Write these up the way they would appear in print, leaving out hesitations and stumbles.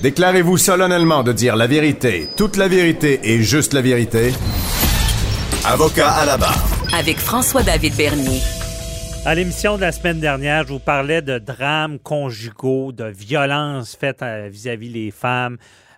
Déclarez-vous solennellement de dire la vérité, toute la vérité et juste la vérité? Avocat à la barre. Avec François-David Bernier. À l'émission de la semaine dernière, je vous parlais de drames conjugaux, de violences faites vis-à-vis les femmes,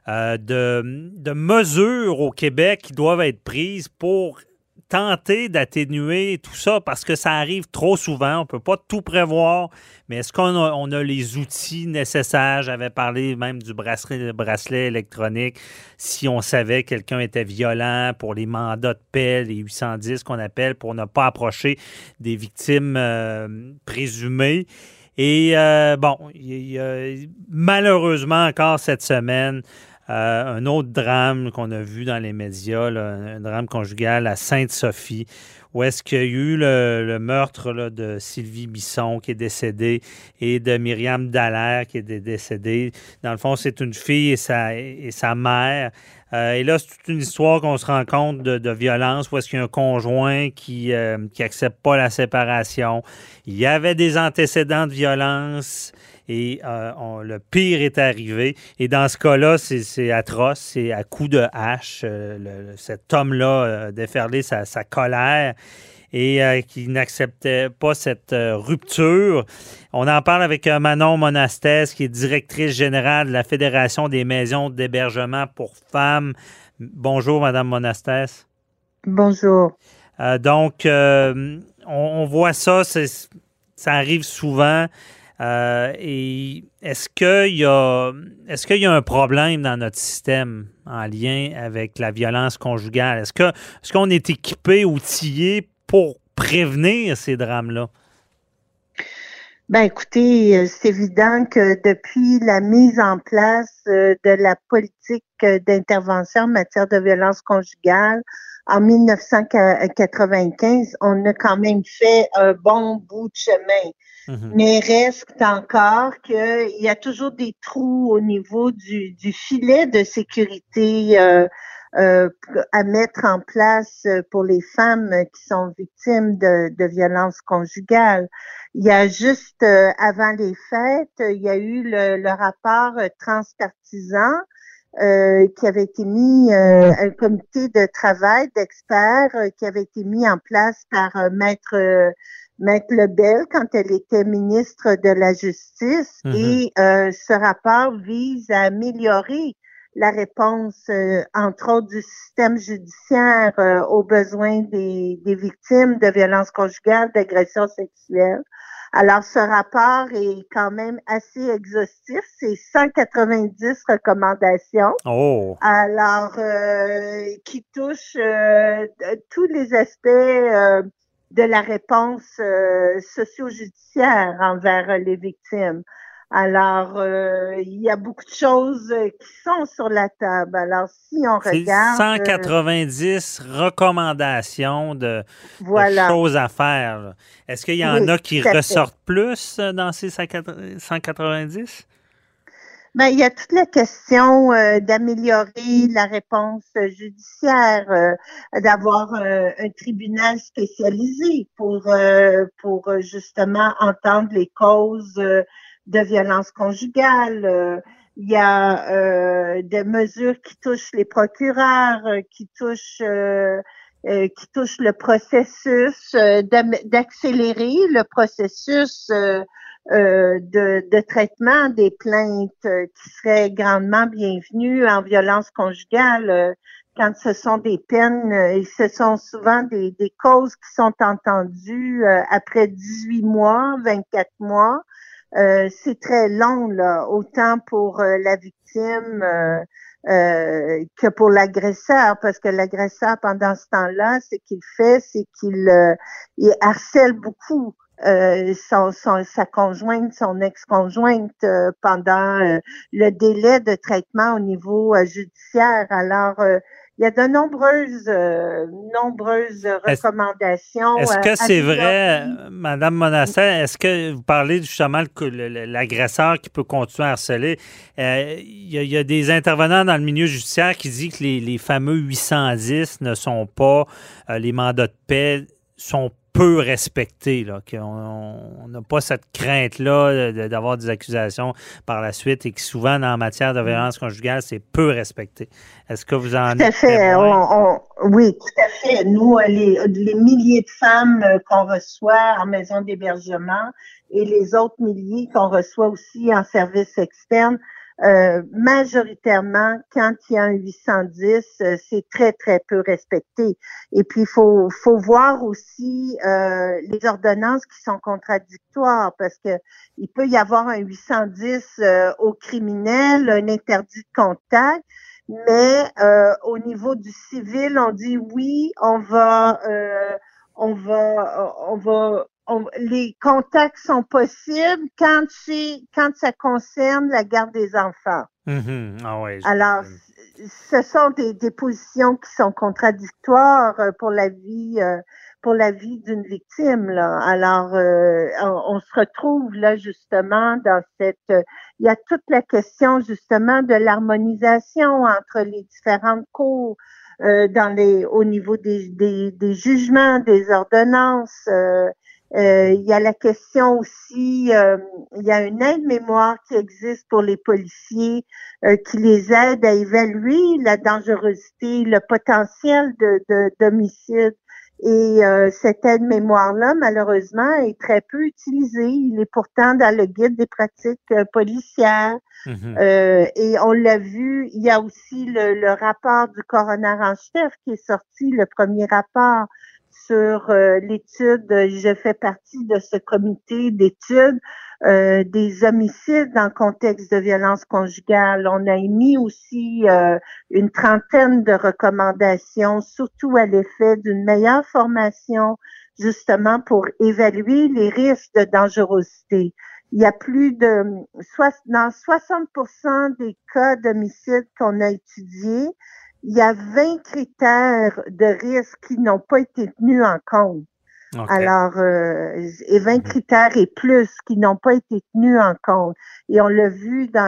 de mesures au Québec qui doivent être prises pour tenter d'atténuer tout ça parce que ça arrive trop souvent. On ne peut pas tout prévoir, mais est-ce qu'on a les outils nécessaires? J'avais parlé même du bracelet électronique. Si on savait que quelqu'un était violent pour les mandats de paix, les 810 qu'on appelle, pour ne pas approcher des victimes présumées. Et il y a malheureusement encore cette semaine, un autre drame qu'on a vu dans les médias, là, un drame conjugal à Sainte-Sophie, où est-ce qu'il y a eu le meurtre là, de Sylvie Bisson qui est décédée et de Myriam Dallaire qui est décédée. Dans le fond, c'est une fille et sa mère. Et là, c'est toute une histoire qu'on se rend compte de violence, où est-ce qu'il y a un conjoint qui accepte pas la séparation. Il y avait des antécédents de violence. Et le pire est arrivé. Et dans ce cas-là, c'est atroce. C'est à coups de hache. Cet homme-là a déferlé sa colère et qui n'acceptait pas cette rupture. On en parle avec Manon Monastès, qui est directrice générale de la Fédération des maisons d'hébergement pour femmes. Bonjour, Madame Monastès. Bonjour. Donc, on voit ça, ça arrive souvent. Et est-ce qu'il y a un problème dans notre système en lien avec la violence conjugale? Est-ce qu'on est équipé, outillé pour prévenir ces drames-là? Ben écoutez, c'est évident que depuis la mise en place de la politique d'intervention en matière de violence conjugale en 1995, on a quand même fait un bon bout de chemin. Mais reste encore qu'il y a toujours des trous au niveau du filet de sécurité à mettre en place pour les femmes qui sont victimes de violences conjugales. Il y a juste avant les fêtes, il y a eu le rapport transpartisan qui avait été mis, un comité de travail d'experts qui avait été mis en place par Maître Lebel quand elle était ministre de la Justice. Et ce rapport vise à améliorer la réponse, entre autres, du système judiciaire aux besoins des victimes de violences conjugales, d'agressions sexuelles. Alors, ce rapport est quand même assez exhaustif. C'est 190 recommandations. Oh. Alors, qui touchent tous les aspects de la réponse socio-judiciaire envers les victimes. Alors, il y a beaucoup de choses qui sont sur la table. Alors, si on regarde... 190 recommandations de choses à faire. Là. Est-ce qu'il y en a qui ressortent plus dans ces 190? Ben, il y a toute la question d'améliorer la réponse judiciaire, d'avoir un tribunal spécialisé pour justement entendre les causes de violence conjugale. Il y a des mesures qui touchent les procureurs, qui touchent le processus, d'accélérer le processus de traitement des plaintes qui seraient grandement bienvenues en violence conjugale quand ce sont des peines et ce sont souvent des causes qui sont entendues après 18 mois, 24 mois. C'est très long, là, autant pour la victime que pour l'agresseur, parce que l'agresseur, pendant ce temps-là, ce qu'il fait, c'est qu'il harcèle beaucoup sa conjointe, son ex-conjointe pendant le délai de traitement au niveau judiciaire. Alors, il y a de nombreuses recommandations. Est-ce que c'est vrai, Madame Monastès, est-ce que vous parlez justement de l'agresseur qui peut continuer à harceler? Il y a des intervenants dans le milieu judiciaire qui disent que les fameux 810 ne sont pas, les mandats de paix sont peu respecté, là, qu'on n'a pas cette crainte-là d'avoir des accusations par la suite et que souvent, dans la matière de violence conjugale, c'est peu respecté. Est-ce que vous en Tout à êtes fait. témoin? Oui, tout à fait. Nous, les milliers de femmes qu'on reçoit en maison d'hébergement et les autres milliers qu'on reçoit aussi en service externe, majoritairement, quand il y a un 810, c'est très, très peu respecté. Et puis, faut voir aussi les ordonnances qui sont contradictoires parce que il peut y avoir un 810 au criminel, un interdit de contact, mais au niveau du civil, on dit oui, les contacts sont possibles quand ça concerne la garde des enfants. Mm-hmm. Ah ouais, Alors, ce sont des positions qui sont contradictoires pour la vie d'une victime, là. Alors, on se retrouve là justement dans il y a toute la question justement de l'harmonisation entre les différentes cours au niveau des jugements, des ordonnances. Il y a la question aussi, il y a une aide-mémoire qui existe pour les policiers qui les aide à évaluer la dangerosité, le potentiel d'homicide. Et cette aide-mémoire-là, malheureusement, est très peu utilisée. Il est pourtant dans le guide des pratiques policières. Mm-hmm. Et on l'a vu, il y a aussi le rapport du coroner en chef qui est sorti, le premier rapport sur l'étude. Je fais partie de ce comité d'études des homicides dans le contexte de violence conjugale. On a émis aussi une trentaine de recommandations, surtout à l'effet d'une meilleure formation, justement pour évaluer les risques de dangerosité. Il y a dans 60% des cas d'homicide qu'on a étudiés, il y a 20 critères de risque qui n'ont pas été tenus en compte. Okay. Alors, et 20 critères et plus qui n'ont pas été tenus en compte. Et on l'a vu dans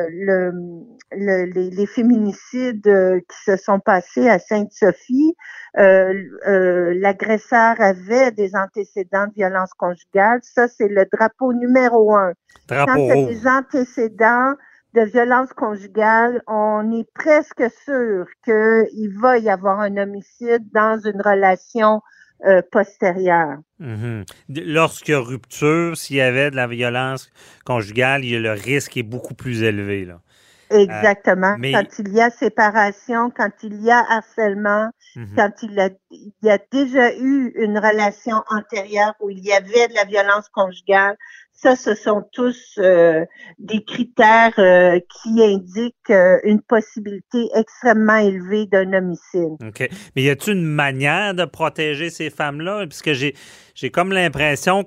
les féminicides qui se sont passés à Sainte-Sophie. L'agresseur avait des antécédents de violence conjugale. Ça, c'est le drapeau numéro 1. Quand il y a des antécédents de violence conjugale, on est presque sûr qu'il va y avoir un homicide dans une relation postérieure. Mm-hmm. Lorsqu'il y a rupture, s'il y avait de la violence conjugale, le risque est beaucoup plus élevé, là. Exactement. Quand il y a séparation, quand il y a harcèlement, quand il y a déjà eu une relation antérieure où il y avait de la violence conjugale, ça, ce sont tous des critères qui indiquent une possibilité extrêmement élevée d'un homicide. OK. Mais y a-t-il une manière de protéger ces femmes-là? Parce que j'ai comme l'impression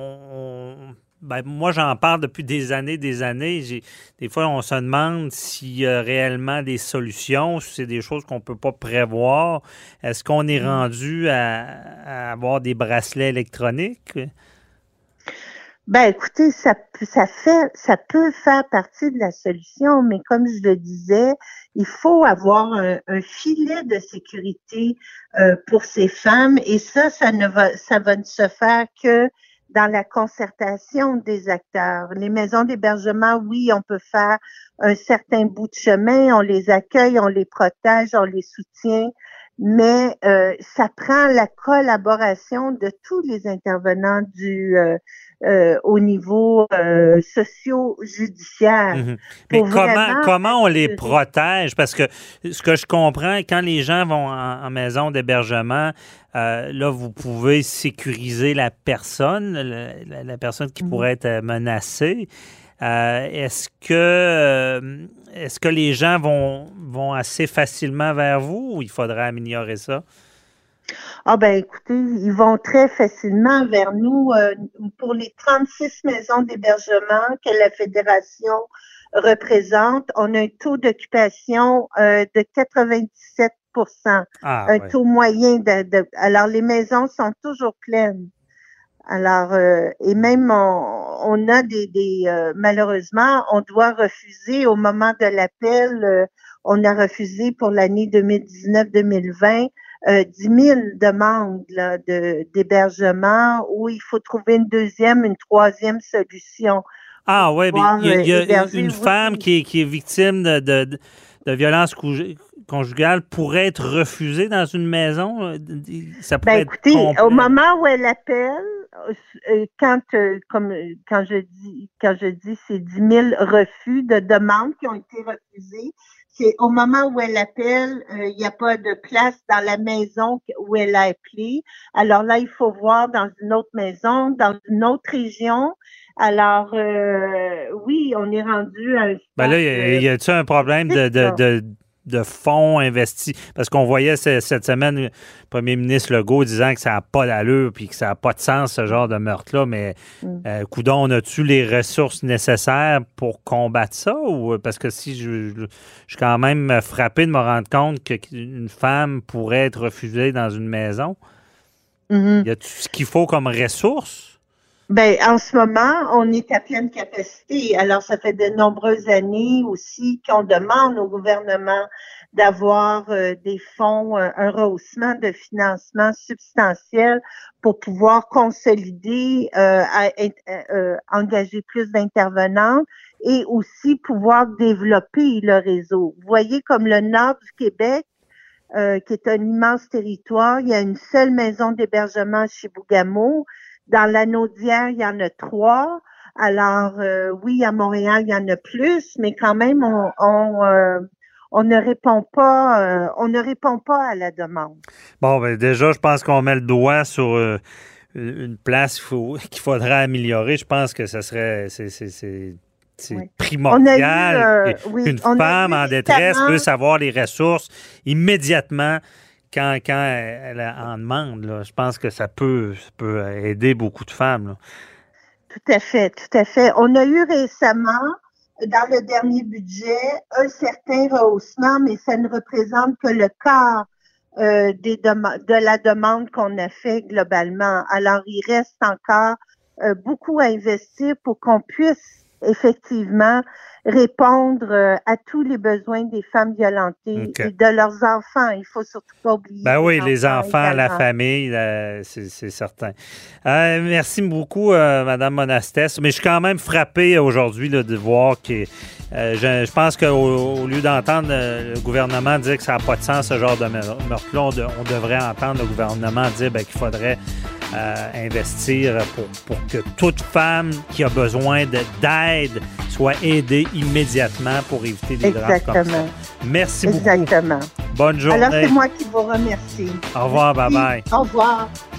moi, j'en parle depuis des années. Des fois, on se demande s'il y a réellement des solutions, si c'est des choses qu'on ne peut pas prévoir. Est-ce qu'on est rendu à avoir des bracelets électroniques? Écoutez, ça peut faire partie de la solution, mais comme je le disais, il faut avoir un filet de sécurité pour ces femmes, et ça va ne se faire que dans la concertation des acteurs. Les maisons d'hébergement, oui, on peut faire un certain bout de chemin, on les accueille, on les protège, on les soutient, mais ça prend la collaboration de tous les intervenants au niveau socio-judiciaire. Mm-hmm. Mais comment on les protège? Parce que ce que je comprends, quand les gens vont en maison d'hébergement, là, vous pouvez sécuriser la personne, la personne qui pourrait être menacée. Est-ce que les gens vont assez facilement vers vous ou il faudrait améliorer ça? Écoutez, ils vont très facilement vers nous. Pour les 36 maisons d'hébergement que la Fédération représente, on a un taux d'occupation de 97 un taux moyen alors les maisons sont toujours pleines. Alors, et même on a malheureusement, on doit refuser au moment de l'appel, on a refusé pour l'année 2019-2020 10 000 demandes là, d'hébergement où il faut trouver une deuxième, une troisième solution. Ah oui, il y a une femme qui est victime de violence conjugale pourrait être refusée dans une maison? Ça pourrait écoutez, au moment où elle appelle, quand je dis c'est 10 000 refus de demandes qui ont été refusés, c'est au moment où elle appelle, il n'y a pas de place dans la maison où elle a appelé. Alors là, il faut voir dans une autre maison, dans une autre région. Alors, oui, on est rendu à un... Ben là, y a-t-il un problème de fonds investis? Parce qu'on voyait cette semaine le premier ministre Legault disant que ça n'a pas d'allure puis que ça n'a pas de sens, ce genre de meurtre-là. Mais, coudonc, on a-tu les ressources nécessaires pour combattre ça? Ou parce que si je suis quand même frappé de me rendre compte qu'une femme pourrait être refusée dans une maison. Y a-tu ce qu'il faut comme ressources? Ben, en ce moment, on est à pleine capacité. Alors, ça fait de nombreuses années aussi qu'on demande au gouvernement d'avoir des fonds, un rehaussement de financement substantiel pour pouvoir consolider, engager plus d'intervenants et aussi pouvoir développer le réseau. Vous voyez, comme le nord du Québec, qui est un immense territoire, il y a une seule maison d'hébergement chez Chibougamau. Dans l'Anaudière, il y en a 3. Alors, oui, à Montréal, il y en a plus, mais quand même, on ne répond pas à la demande. Bon, ben déjà, je pense qu'on met le doigt sur une place qu'il faudrait améliorer. Je pense que ce serait c'est primordial qu'une femme en détresse puisse avoir les ressources immédiatement. Quand elle en demande, là, je pense que ça peut aider beaucoup de femmes. Là. Tout à fait. On a eu récemment, dans le dernier budget, un certain rehaussement, mais ça ne représente que le quart de la demande qu'on a fait globalement. Alors, il reste encore beaucoup à investir pour qu'on puisse effectivement répondre à tous les besoins des femmes violentées et de leurs enfants. Il faut surtout pas oublier. Ben oui, les enfants, la famille, c'est certain. Merci beaucoup, Mme Monastès. Mais je suis quand même frappé aujourd'hui là, de voir que je pense qu'au lieu d'entendre le gouvernement dire que ça n'a pas de sens, ce genre de meurtre-là, on devrait entendre le gouvernement dire qu'il faudrait investir pour que toute femme qui a besoin d'aide soit aidée immédiatement pour éviter des drames comme ça. Merci beaucoup. Exactement. Bonne journée. Alors, c'est moi qui vous remercie. Au revoir, bye-bye. Au revoir.